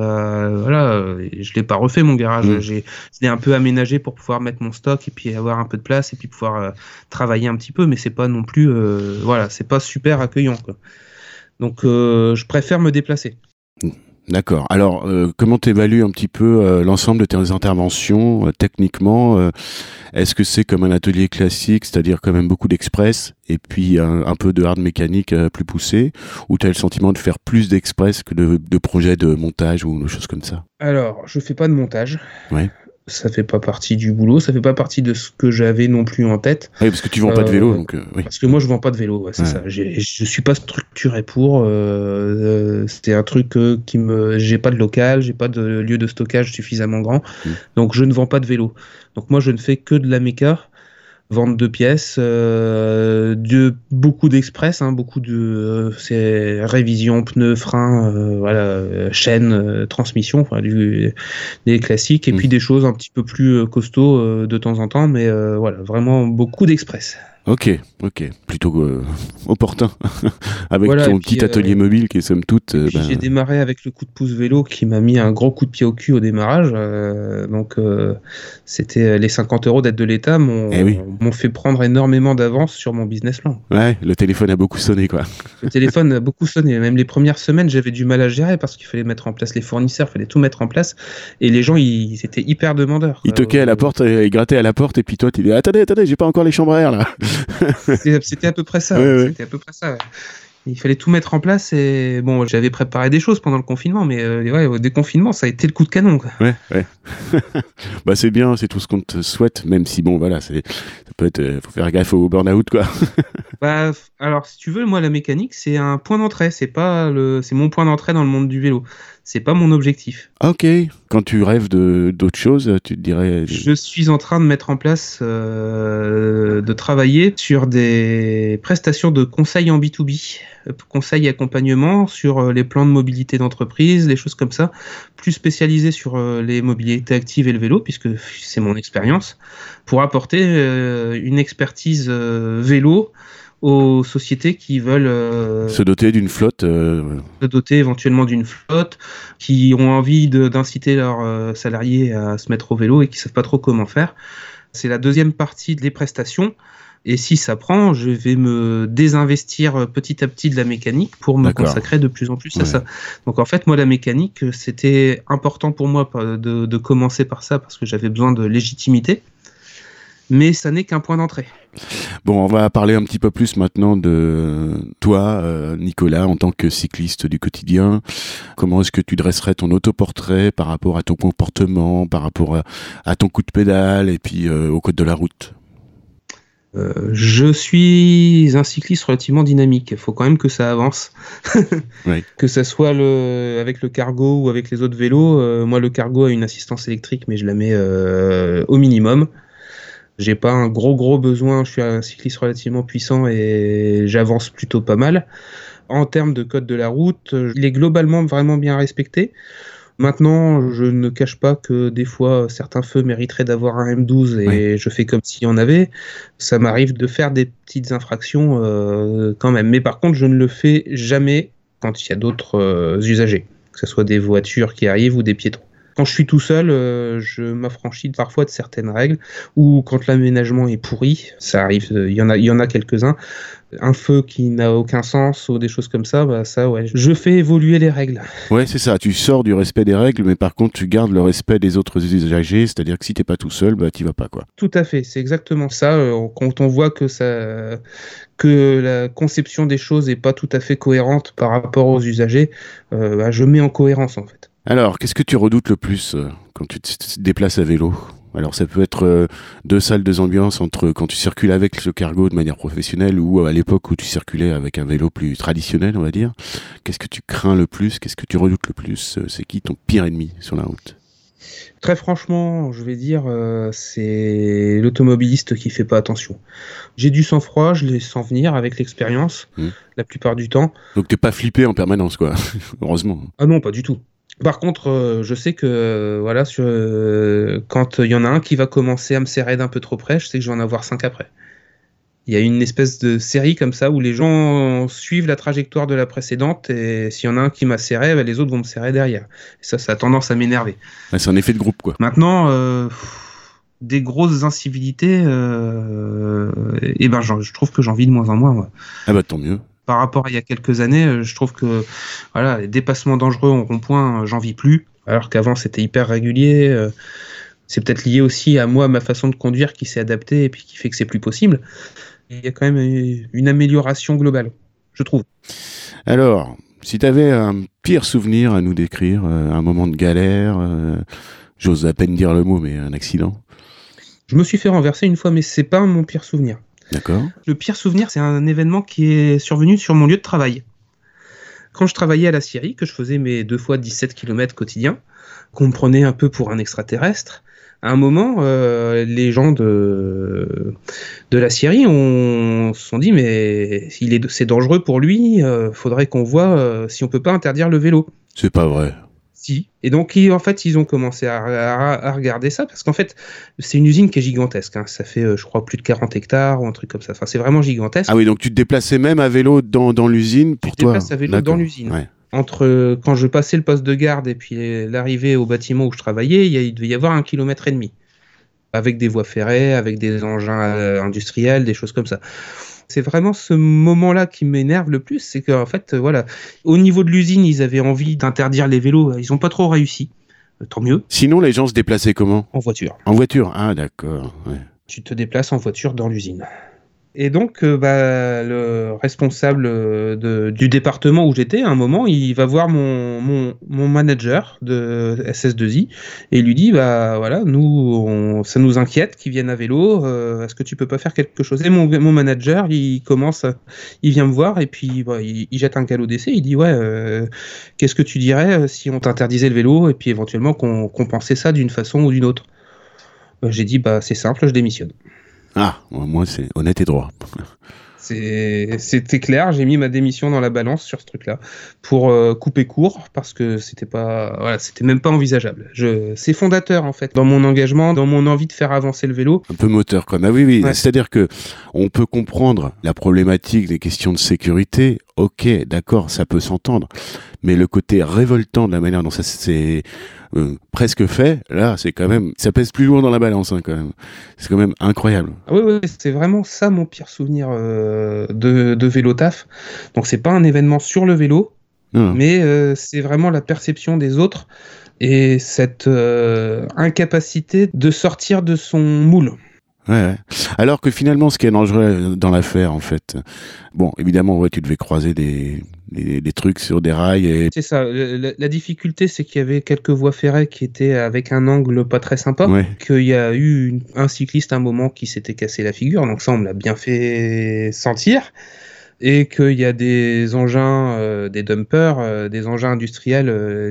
Speaker 1: je l'ai pas refait mon garage. Je l'ai un peu aménagé pour pouvoir mettre mon stock et puis avoir un peu de place et puis pouvoir travailler un petit peu, mais c'est pas non plus c'est pas super accueillant, quoi. Donc je préfère me déplacer.
Speaker 2: D'accord. Alors, comment t'évalues un petit peu l'ensemble de tes interventions techniquement Est-ce que c'est comme un atelier classique, c'est-à-dire quand même beaucoup d'express et puis un peu de hard mécanique plus poussé, ou t'as le sentiment de faire plus d'express que de projets de montage ou de choses comme ça?
Speaker 1: Alors, je fais pas de montage.
Speaker 2: Ouais.
Speaker 1: Ça fait pas partie du boulot, ça fait pas partie de ce que j'avais non plus en tête.
Speaker 2: Oui, parce que tu vends pas de vélo, donc oui.
Speaker 1: Parce que moi je vends pas de vélo, c'est ça. Je suis pas structuré pour. C'était un truc j'ai pas de local, j'ai pas de lieu de stockage suffisamment grand, donc je ne vends pas de vélo. Donc moi je ne fais que de la méca, vente de pièces, beaucoup d'express, beaucoup de c'est révision, pneus, freins, chaîne, transmission, des classiques, et puis des choses un petit peu plus costauds de temps en temps, mais vraiment beaucoup d'express.
Speaker 2: Ok, plutôt opportun, avec ton petit atelier mobile qui est somme toute...
Speaker 1: J'ai démarré avec le coup de pouce vélo qui m'a mis un gros coup de pied au cul au démarrage, donc c'était les 50 € d'aide de l'État m'ont fait prendre énormément d'avance sur mon business plan.
Speaker 2: Ouais, le téléphone a beaucoup sonné, quoi.
Speaker 1: Le téléphone a beaucoup sonné, même les premières semaines j'avais du mal à gérer parce qu'il fallait mettre en place les fournisseurs, il fallait tout mettre en place, et les gens ils étaient hyper demandeurs.
Speaker 2: Ils toquaient à la porte, ils grattaient à la porte, et puis toi tu dis attendez, j'ai pas encore les chambres à air là.
Speaker 1: C'était à peu près ça.
Speaker 2: Ouais.
Speaker 1: C'était à peu près ça. Ouais. Il fallait tout mettre en place et bon, j'avais préparé des choses pendant le confinement, mais au déconfinement, ça a été le coup de canon, quoi.
Speaker 2: Ouais. Bah c'est bien, c'est tout ce qu'on te souhaite, même si bon voilà, ça peut être, faut faire gaffe au burn-out quoi.
Speaker 1: Bah, alors si tu veux, moi la mécanique c'est un point d'entrée, c'est mon point d'entrée dans le monde du vélo. C'est pas mon objectif.
Speaker 2: Ok. Quand tu rêves d'autres choses, tu te dirais.
Speaker 1: Je suis en train de mettre en place, de travailler sur des prestations de conseil en B2B, conseil et accompagnement sur les plans de mobilité d'entreprise, des choses comme ça, plus spécialisé sur les mobilités actives et le vélo, puisque c'est mon expérience, pour apporter une expertise vélo aux sociétés qui veulent
Speaker 2: se doter d'une flotte.
Speaker 1: Se doter éventuellement d'une flotte, qui ont envie d'inciter leurs salariés à se mettre au vélo et qui ne savent pas trop comment faire. C'est la deuxième partie des prestations. Et si ça prend, je vais me désinvestir petit à petit de la mécanique pour me consacrer de plus en plus à ça. Donc en fait, moi, la mécanique, c'était important pour moi de commencer par ça parce que j'avais besoin de légitimité. Mais ça n'est qu'un point d'entrée.
Speaker 2: Bon, on va parler un petit peu plus maintenant de toi, Nicolas, en tant que cycliste du quotidien. Comment est-ce que tu dresserais ton autoportrait par rapport à ton comportement, par rapport à ton coup de pédale et puis au code de la route ?
Speaker 1: Je suis un cycliste relativement dynamique. Il faut quand même que ça avance.
Speaker 2: Oui.
Speaker 1: Que ça soit avec le cargo ou avec les autres vélos. Moi, le cargo a une assistance électrique, mais je la mets au minimum. J'ai pas un gros besoin, je suis un cycliste relativement puissant et j'avance plutôt pas mal. En termes de code de la route, il est globalement vraiment bien respecté. Maintenant, je ne cache pas que des fois, certains feux mériteraient d'avoir un M12 et je fais comme s'il y en avait. Ça m'arrive de faire des petites infractions quand même. Mais par contre, je ne le fais jamais quand il y a d'autres usagers, que ce soit des voitures qui arrivent ou des piétons. Quand je suis tout seul, je m'affranchis parfois de certaines règles, ou quand l'aménagement est pourri, ça arrive, il y en a quelques-uns, un feu qui n'a aucun sens ou des choses comme ça, je fais évoluer les règles.
Speaker 2: Ouais, c'est ça, tu sors du respect des règles, mais par contre tu gardes le respect des autres usagers, c'est-à-dire que si t'es pas tout seul, t'y vas pas, quoi.
Speaker 1: Tout à fait, c'est exactement ça. Quand on voit que la conception des choses est pas tout à fait cohérente par rapport aux usagers, je mets en cohérence en fait.
Speaker 2: Alors, qu'est-ce que tu redoutes le plus quand tu te déplaces à vélo ? Alors, ça peut être deux salles, deux ambiances entre quand tu circules avec le cargo de manière professionnelle ou à l'époque où tu circulais avec un vélo plus traditionnel, on va dire. Qu'est-ce que tu crains le plus ? Qu'est-ce que tu redoutes le plus ? C'est qui ton pire ennemi sur la route ?
Speaker 1: Très franchement, je vais dire, c'est l'automobiliste qui fait pas attention. J'ai du sang-froid, je les sens venir avec l'expérience, la plupart du temps.
Speaker 2: Donc t'es pas flippé en permanence, quoi. Heureusement.
Speaker 1: Ah non, pas du tout. Par contre, je sais que quand il y en a un qui va commencer à me serrer d'un peu trop près, je sais que je vais en avoir 5 après. Il y a une espèce de série comme ça où les gens suivent la trajectoire de la précédente et s'il y en a un qui m'a serré, les autres vont me serrer derrière. Et ça a tendance à m'énerver.
Speaker 2: Ouais, c'est un effet de groupe, quoi.
Speaker 1: Maintenant, des grosses incivilités, je trouve que j'en vis de moins en moins. Moi.
Speaker 2: Ah bah tant mieux.
Speaker 1: Par rapport à il y a quelques années, je trouve que les dépassements dangereux en rond-point, j'en vis plus. Alors qu'avant, c'était hyper régulier. C'est peut-être lié aussi à moi, ma façon de conduire qui s'est adaptée et puis qui fait que c'est plus possible. Il y a quand même une amélioration globale, je trouve.
Speaker 2: Alors, si tu avais un pire souvenir à nous décrire, un moment de galère, j'ose à peine dire le mot, mais un accident.
Speaker 1: Je me suis fait renverser une fois, mais c'est pas mon pire souvenir.
Speaker 2: D'accord.
Speaker 1: Le pire souvenir, c'est un événement qui est survenu sur mon lieu de travail. Quand je travaillais à la Syrie, que je faisais mes 2 fois 17 km quotidiens, qu'on me prenait un peu pour un extraterrestre, à un moment, les gens de la Syrie se sont dit mais c'est dangereux pour lui, faudrait qu'on voit si on peut pas interdire le vélo.
Speaker 2: C'est pas vrai.
Speaker 1: Si. Et donc, ils ont commencé à regarder ça, parce qu'en fait, c'est une usine qui est gigantesque. Hein. Ça fait, je crois, plus de 40 hectares ou un truc comme ça. Enfin, c'est vraiment gigantesque.
Speaker 2: Ah oui, donc tu te déplaçais même à vélo dans l'usine pour toi ?
Speaker 1: Je me déplace à vélo dans l'usine. Ouais. Entre quand je passais le poste de garde et puis l'arrivée au bâtiment où je travaillais, il devait y avoir 1,5 km. Avec des voies ferrées, avec des engins industriels, des choses comme ça. C'est vraiment ce moment-là qui m'énerve le plus, c'est qu'en fait, au niveau de l'usine, ils avaient envie d'interdire les vélos, ils n'ont pas trop réussi, tant mieux.
Speaker 2: Sinon, les gens se déplaçaient comment ?
Speaker 1: En voiture.
Speaker 2: En voiture, ah d'accord. Ouais.
Speaker 1: Tu te déplaces en voiture dans l'usine. Et donc, le responsable du département où j'étais, à un moment, il va voir mon manager de SS2I et il lui dit, voilà, ça nous inquiète qu'ils viennent à vélo. Est-ce que tu peux pas faire quelque chose? Et mon manager, il vient me voir et puis il jette un galop d'essai. Il dit, ouais, qu'est-ce que tu dirais si on t'interdisait le vélo et puis éventuellement qu'on compensait ça d'une façon ou d'une autre? J'ai dit, c'est simple, je démissionne.
Speaker 2: Ah, moi, c'est honnête et droit.
Speaker 1: C'était clair, j'ai mis ma démission dans la balance sur ce truc-là pour couper court parce que c'était même pas envisageable. C'est fondateur en fait dans mon engagement, dans mon envie de faire avancer le vélo.
Speaker 2: Un peu moteur quoi. Ah oui.
Speaker 1: Ouais.
Speaker 2: C'est-à-dire que on peut comprendre la problématique des questions de sécurité. Ok, d'accord, ça peut s'entendre. Mais le côté révoltant de la manière dont ça s'est presque fait, là, c'est quand même, ça pèse plus lourd dans la balance quand même. C'est quand même incroyable.
Speaker 1: Oui, c'est vraiment ça mon pire souvenir de vélo taf. Donc c'est pas un événement sur le vélo, mais c'est vraiment la perception des autres et cette incapacité de sortir de son moule.
Speaker 2: Ouais. Alors que finalement, ce qui est dangereux dans l'affaire, en fait, bon, évidemment, tu devais croiser des trucs sur des rails. Et...
Speaker 1: C'est ça. La difficulté, c'est qu'il y avait quelques voies ferrées qui étaient avec un angle pas très sympa.
Speaker 2: Ouais.
Speaker 1: Qu'il y a eu un cycliste à un moment qui s'était cassé la figure. Donc ça, on me l'a bien fait sentir. Et qu'il y a des engins, des dumpers, des engins industriels,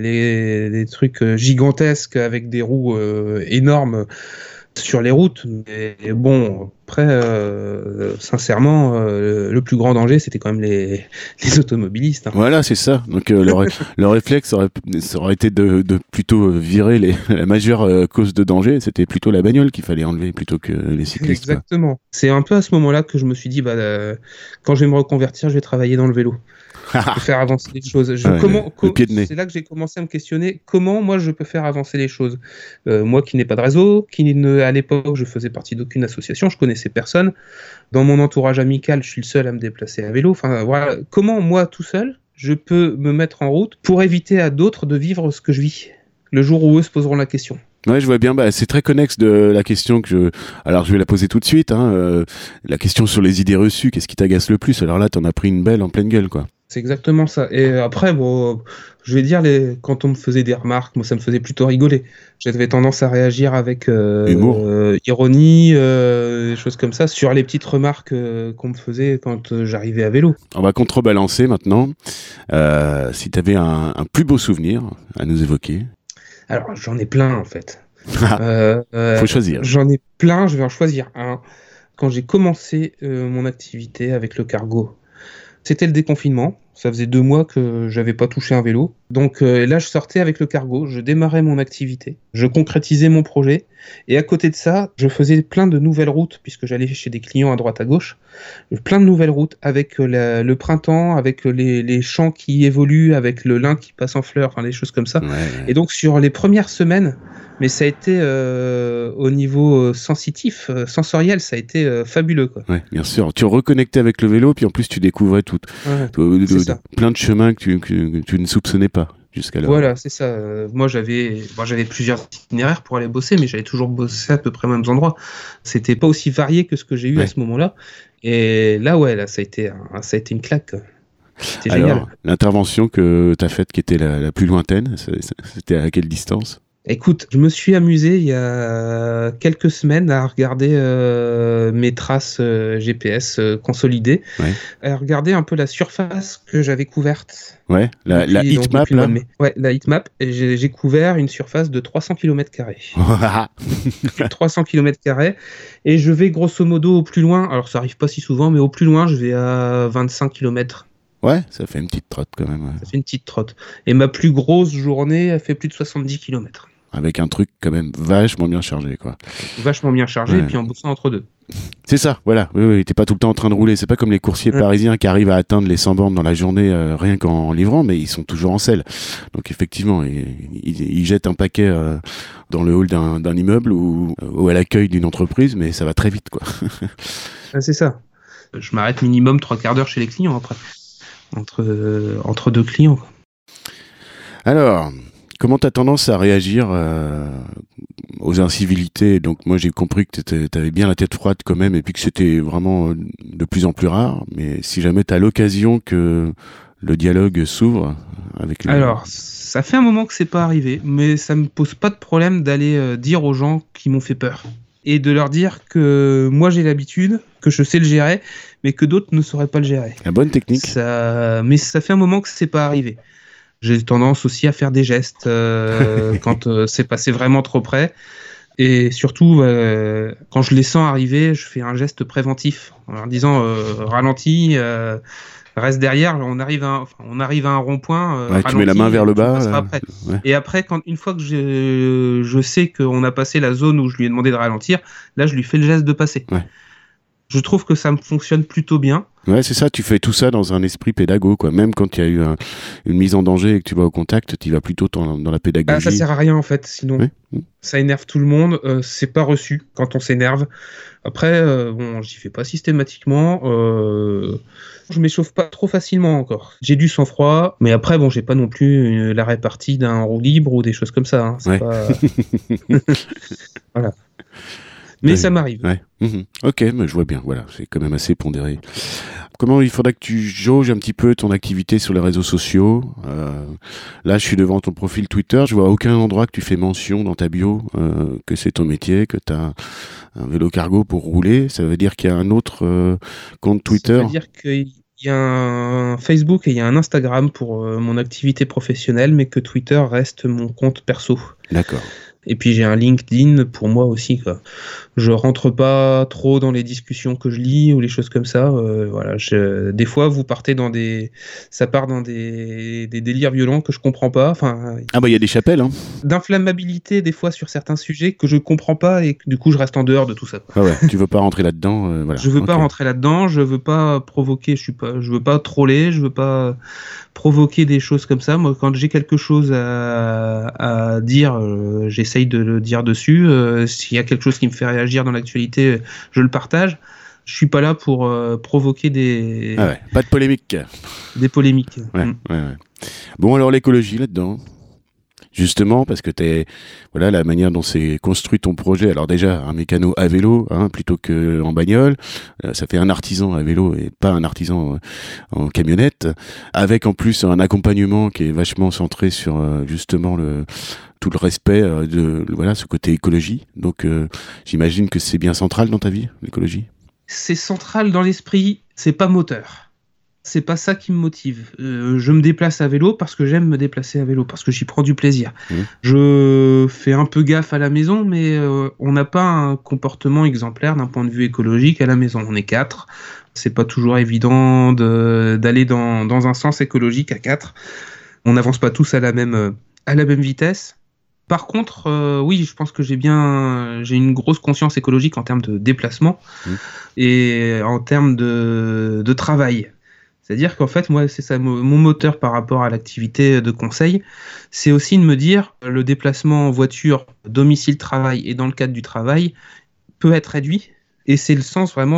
Speaker 1: les trucs gigantesques avec des roues énormes sur les routes. Mais bon, après, sincèrement, le plus grand danger, c'était quand même les automobilistes. Hein.
Speaker 2: Voilà, c'est ça. Donc le réflexe aurait été de plutôt virer la majeure cause de danger. C'était plutôt la bagnole qu'il fallait enlever plutôt que les cyclistes.
Speaker 1: Exactement. Quoi. C'est un peu à ce moment-là que je me suis dit, quand je vais me reconvertir, je vais travailler dans le vélo. Pour faire avancer les choses. C'est là que j'ai commencé à me questionner comment moi je peux faire avancer les choses. Moi qui n'ai pas de réseau, à l'époque je faisais partie d'aucune association, je connaissais personne. Dans mon entourage amical, je suis le seul à me déplacer à vélo. Enfin voilà, comment moi tout seul je peux me mettre en route pour éviter à d'autres de vivre ce que je vis le jour où eux se poseront la question.
Speaker 2: Ouais, je vois bien. C'est très connexe de la question alors je vais la poser tout de suite. La question sur les idées reçues. Qu'est-ce qui t'agace le plus? Alors là, t'en as pris une belle en pleine gueule, quoi.
Speaker 1: C'est exactement ça. Et après, je vais dire, quand on me faisait des remarques, moi, ça me faisait plutôt rigoler. J'avais tendance à réagir avec ironie, des choses comme ça, sur les petites remarques qu'on me faisait quand j'arrivais à vélo.
Speaker 2: On va contrebalancer maintenant. Si tu avais un plus beau souvenir à nous évoquer.
Speaker 1: Alors, j'en ai plein, en fait.
Speaker 2: Faut choisir.
Speaker 1: J'en ai plein, je vais en choisir un. Quand j'ai commencé mon activité avec le cargo, c'était le déconfinement. Ça faisait 2 mois que j'avais pas touché un vélo. Donc là, je sortais avec le cargo, je démarrais mon activité, je concrétisais mon projet. Et à côté de ça, je faisais plein de nouvelles routes, puisque j'allais chez des clients à droite à gauche. Plein de nouvelles routes avec le printemps, avec les champs qui évoluent, avec le lin qui passe en fleurs, enfin des choses comme ça.
Speaker 2: Ouais.
Speaker 1: Et donc sur les premières semaines, mais ça a été au niveau sensitif, sensoriel, ça a été fabuleux, quoi.
Speaker 2: Ouais, bien sûr. Tu reconnectais avec le vélo, puis en plus tu découvrais plein de chemins que tu ne soupçonnais pas jusqu'à là.
Speaker 1: Voilà, c'est ça. Moi, j'avais plusieurs itinéraires pour aller bosser, mais j'avais toujours bossé à peu près aux mêmes endroits. C'était pas aussi varié que ce que j'ai eu à ce moment-là. Et là, ça a été une claque. Quoi. C'était génial.
Speaker 2: L'intervention que tu as faite qui était la plus lointaine, c'était à quelle distance ?
Speaker 1: Écoute, je me suis amusé il y a quelques semaines à regarder mes traces GPS consolidées, à regarder un peu la surface que j'avais couverte.
Speaker 2: Ouais, la heatmap là.
Speaker 1: Ouais, la heatmap. J'ai couvert une surface de 300 km². 300 km². Et je vais grosso modo au plus loin. Alors ça arrive pas si souvent, mais au plus loin, je vais à 25 km.
Speaker 2: Ouais, ça fait une petite trotte quand même. Ouais.
Speaker 1: Ça fait une petite trotte. Et ma plus grosse journée a fait plus de 70 km.
Speaker 2: Avec un truc quand même vachement bien chargé, quoi.
Speaker 1: Vachement bien chargé, et puis en bossant entre deux.
Speaker 2: C'est ça, voilà. Oui, t'es pas tout le temps en train de rouler. C'est pas comme les coursiers parisiens qui arrivent à atteindre les 100 bornes dans la journée rien qu'en livrant, mais ils sont toujours en selle. Donc effectivement, ils jettent un paquet dans le hall d'un immeuble ou à l'accueil d'une entreprise, mais ça va très vite, quoi.
Speaker 1: C'est ça. Je m'arrête minimum 3/4 d'heure chez les clients après. Entre deux clients, quoi.
Speaker 2: Alors... Comment t'as tendance à réagir aux incivilités? Donc moi j'ai compris que t'avais bien la tête froide quand même, et puis que c'était vraiment de plus en plus rare. Mais si jamais t'as l'occasion que le dialogue s'ouvre avec
Speaker 1: Alors, ça fait un moment que c'est pas arrivé, mais ça me pose pas de problème d'aller dire aux gens qui m'ont fait peur. Et de leur dire que moi j'ai l'habitude, que je sais le gérer, mais que d'autres ne sauraient pas le gérer.
Speaker 2: La bonne technique.
Speaker 1: Mais ça fait un moment que c'est pas arrivé. J'ai tendance aussi à faire des gestes quand c'est passé vraiment trop près. Et surtout, quand je les sens arriver, je fais un geste préventif en leur disant ralentis, reste derrière. On arrive à un rond-point.
Speaker 2: Ouais, tu mets la main vers le bas.
Speaker 1: Après. Ouais. Et après, une fois que je sais qu'on a passé la zone où je lui ai demandé de ralentir, là, je lui fais le geste de passer. Ouais. Je trouve que ça me fonctionne plutôt bien.
Speaker 2: Ouais, c'est ça, tu fais tout ça dans un esprit pédago, quoi. Même quand il y a eu une mise en danger et que tu vas au contact, tu vas plutôt dans la pédagogie.
Speaker 1: Ça sert à rien, en fait, sinon. Oui. Ça énerve tout le monde, c'est pas reçu quand on s'énerve. Après, j'y fais pas systématiquement. Je m'échauffe pas trop facilement encore. J'ai du sang-froid, mais après, j'ai pas non plus la répartie d'un roue libre ou des choses comme ça. Hein. C'est pas... Voilà. Mais ça m'arrive.
Speaker 2: Ouais. Ok, mais je vois bien. Voilà, c'est quand même assez pondéré. Comment il faudra que tu jauges un petit peu ton activité sur les réseaux sociaux. Là, je suis devant ton profil Twitter. Je vois à aucun endroit que tu fais mention dans ta bio que c'est ton métier, que tu as un vélo cargo pour rouler. Ça veut dire qu'il y a un autre compte Twitter.
Speaker 1: Ça veut dire qu'il y a un Facebook et il y a un Instagram pour mon activité professionnelle, mais que Twitter reste mon compte perso.
Speaker 2: D'accord.
Speaker 1: Et puis j'ai un LinkedIn pour moi aussi, quoi. Je rentre pas trop dans les discussions que je lis ou les choses comme ça. Voilà, des fois ça part dans des délires violents que je comprends pas. Enfin.
Speaker 2: Il y a des chapelles. Hein.
Speaker 1: D'inflammabilité des fois sur certains sujets que je comprends pas et que, du coup je reste en dehors de tout ça.
Speaker 2: Ah ouais, tu veux pas rentrer là-dedans. Voilà.
Speaker 1: Je veux pas rentrer là-dedans. Je veux pas provoquer. Je veux pas troller. Je veux pas provoquer des choses comme ça. Moi, quand j'ai quelque chose à dire, j'essaye de le dire dessus. S'il y a quelque chose qui me fait réagir dans l'actualité, je le partage. Je suis pas là pour provoquer des...
Speaker 2: Ah ouais, pas de polémique.
Speaker 1: Des polémiques.
Speaker 2: Ouais. Bon, alors l'écologie là-dedans. Justement, parce que voilà la manière dont c'est construit ton projet. Alors déjà, un mécano à vélo, plutôt que en bagnole. Ça fait un artisan à vélo et pas un artisan en camionnette. Avec en plus un accompagnement qui est vachement centré sur justement tout le respect de ce côté écologie. Donc, j'imagine que c'est bien central dans ta vie, l'écologie.
Speaker 1: C'est central dans l'esprit. C'est pas moteur. C'est pas ça qui me motive. Je me déplace à vélo parce que j'aime me déplacer à vélo, parce que j'y prends du plaisir. Je fais un peu gaffe à la maison, mais on n'a pas un comportement exemplaire d'un point de vue écologique à la maison. On est 4. C'est pas toujours évident d'aller dans un sens écologique à 4. On n'avance pas tous à la même vitesse. Par contre, oui, je pense que j'ai une grosse conscience écologique en termes de déplacement et en termes de travail. C'est-à-dire qu'en fait, moi, c'est ça, mon moteur par rapport à l'activité de conseil, c'est aussi de me dire le déplacement en voiture, domicile-travail et dans le cadre du travail peut être réduit. Et c'est le sens vraiment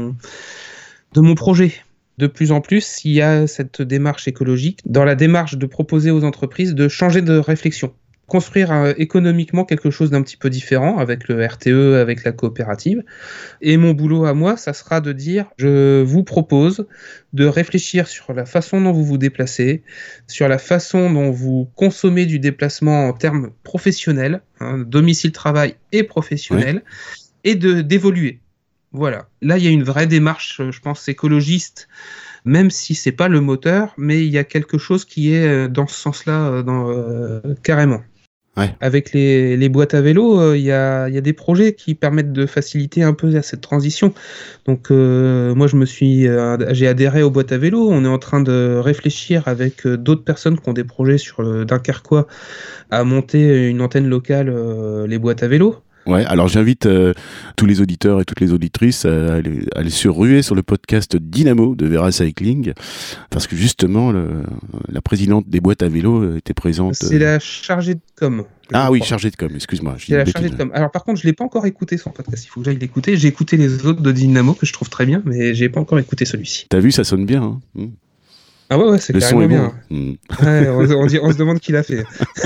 Speaker 1: de mon projet. De plus en plus, il y a cette démarche écologique dans la démarche de proposer aux entreprises de changer de réflexion. Construire économiquement quelque chose d'un petit peu différent avec le RTE, avec la coopérative. Et mon boulot à moi, ça sera de dire, je vous propose de réfléchir sur la façon dont vous vous déplacez, sur la façon dont vous consommez du déplacement en termes professionnels, domicile, travail et professionnel, et d'évoluer. Voilà. Là, il y a une vraie démarche, je pense, écologiste, même si c'est pas le moteur, mais il y a quelque chose qui est dans ce sens-là, carrément. Ouais. Avec les boîtes à vélo, il y a des projets qui permettent de faciliter un peu cette transition. Donc moi j'ai adhéré aux boîtes à vélo. On est en train de réfléchir avec d'autres personnes qui ont des projets sur le Dunkerquois à monter une antenne locale, les boîtes à vélo.
Speaker 2: Ouais, alors j'invite tous les auditeurs et toutes les auditrices à aller se ruer sur le podcast Dynamo de Vera Cycling, parce que justement la présidente des boîtes à vélo était présente.
Speaker 1: C'est la chargée de com.
Speaker 2: Oui, chargée de com, excuse-moi.
Speaker 1: C'est la chargée de com. Alors par contre, je l'ai pas encore écouté son podcast, il faut que j'aille l'écouter. J'ai écouté les autres de Dynamo que je trouve très bien, mais j'ai pas encore écouté celui-ci.
Speaker 2: T'as vu, ça sonne bien.
Speaker 1: Ah ouais, c'est carrément bien. Ouais, on se demande qui l'a fait.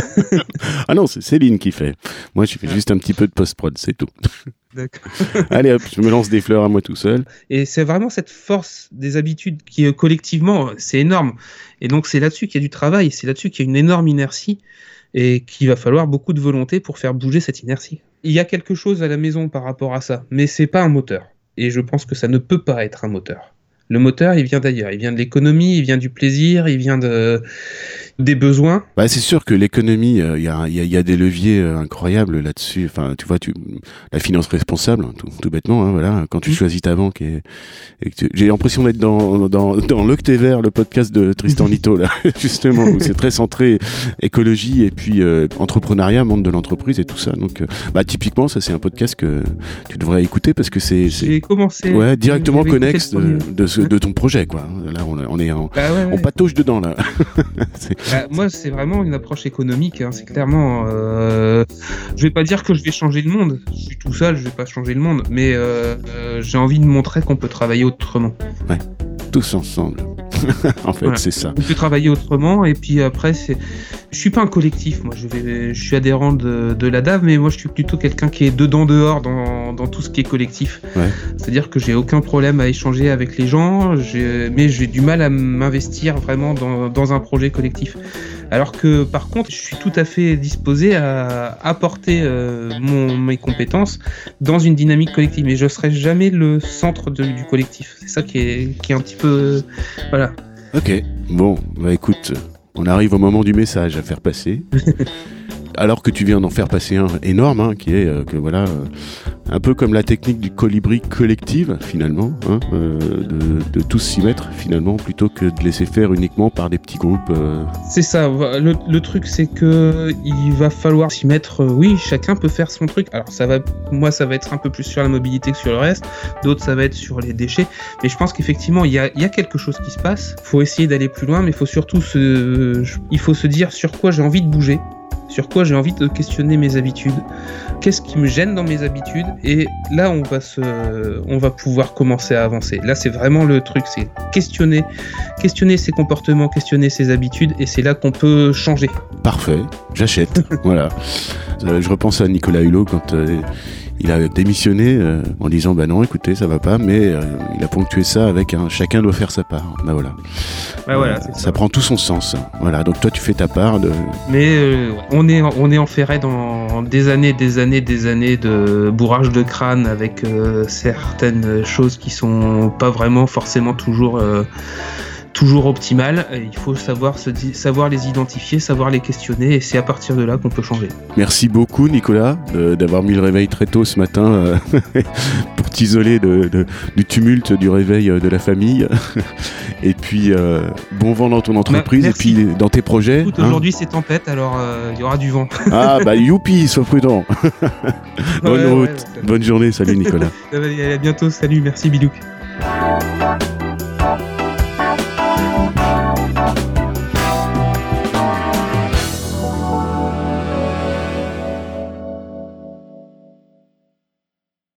Speaker 2: Ah non, c'est Céline qui fait. Moi, je fais juste un petit peu de post-prod, c'est tout.
Speaker 1: D'accord.
Speaker 2: Allez hop, je me lance des fleurs à moi tout seul.
Speaker 1: Et c'est vraiment cette force des habitudes qui, collectivement, c'est énorme. Et donc, c'est là-dessus qu'il y a du travail, c'est là-dessus qu'il y a une énorme inertie et qu'il va falloir beaucoup de volonté pour faire bouger cette inertie. Il y a quelque chose à la maison par rapport à ça, mais c'est pas un moteur. Et je pense que ça ne peut pas être un moteur. Le moteur, il vient d'ailleurs. Il vient de l'économie, il vient du plaisir, il vient des besoins.
Speaker 2: Bah, c'est sûr que l'économie, il y a des leviers incroyables là-dessus. Enfin, tu vois, la finance responsable, tout bêtement, hein, voilà. Quand tu choisis ta banque j'ai l'impression d'être dans l'Octévert, le podcast de Tristan Nito, là, justement, où c'est très centré écologie et puis entrepreneuriat, monde de l'entreprise et tout ça. Donc, typiquement, ça, c'est un podcast que tu devrais écouter parce que
Speaker 1: j'ai commencé.
Speaker 2: Ouais, directement connexe de ton projet, quoi. Là, on patauge dedans, là.
Speaker 1: Moi, c'est vraiment une approche économique. Hein. C'est clairement. Je vais pas dire que je vais changer le monde. Je suis tout seul, je vais pas changer le monde. Mais j'ai envie de montrer qu'on peut travailler autrement.
Speaker 2: Ouais, tous ensemble. En fait, c'est ça.
Speaker 1: On peut travailler autrement. Et puis après, je suis pas un collectif. Moi, je suis adhérent de la DAV, mais moi, je suis plutôt quelqu'un qui est dedans-dehors dans tout ce qui est collectif. Ouais. C'est-à-dire que j'ai aucun problème à échanger avec les gens, mais j'ai du mal à m'investir vraiment dans un projet collectif. Alors que, par contre, je suis tout à fait disposé à apporter mes compétences dans une dynamique collective. Mais je serai jamais le centre du collectif. C'est ça qui est un petit peu... voilà.
Speaker 2: Ok, bon, écoute, on arrive au moment du message à faire passer. Alors que tu viens d'en faire passer un énorme, hein, qui est que voilà, un peu comme la technique du colibri collective finalement, hein, de tous s'y mettre finalement, plutôt que de laisser faire uniquement par des petits groupes.
Speaker 1: C'est ça. Le truc, c'est que il va falloir s'y mettre. Oui, chacun peut faire son truc. Alors moi, ça va être un peu plus sur la mobilité que sur le reste. D'autres, ça va être sur les déchets. Mais je pense qu'effectivement, il y a quelque chose qui se passe. Faut essayer d'aller plus loin, mais il faut surtout il faut se dire sur quoi j'ai envie de bouger. Sur quoi j'ai envie de questionner mes habitudes, qu'est-ce qui me gêne dans mes habitudes, et là on va pouvoir commencer à avancer. Là c'est vraiment le truc, c'est questionner ses comportements, questionner ses habitudes, et c'est là qu'on peut changer.
Speaker 2: Parfait, j'achète. Voilà. Je repense à Nicolas Hulot quand il a démissionné en disant non, écoutez, ça va pas, mais il a ponctué ça avec chacun doit faire sa part. Voilà.
Speaker 1: Voilà,
Speaker 2: ça prend tout son sens. Voilà, donc toi tu fais ta part
Speaker 1: Mais on est enferré dans des années de bourrage de crâne avec certaines choses qui sont pas vraiment forcément toujours optimales. Il faut savoir les identifier, savoir les questionner, et c'est à partir de là qu'on peut changer.
Speaker 2: Merci beaucoup Nicolas d'avoir mis le réveil très tôt ce matin pour t'isoler du tumulte du réveil de la famille. Et puis bon vent dans ton entreprise et puis dans tes projets.
Speaker 1: Écoute, aujourd'hui c'est tempête, alors il y aura du vent.
Speaker 2: Ah youpi, sois prudent. Bonne route, bonne journée, salut Nicolas.
Speaker 1: À bientôt, salut, merci Bilouk.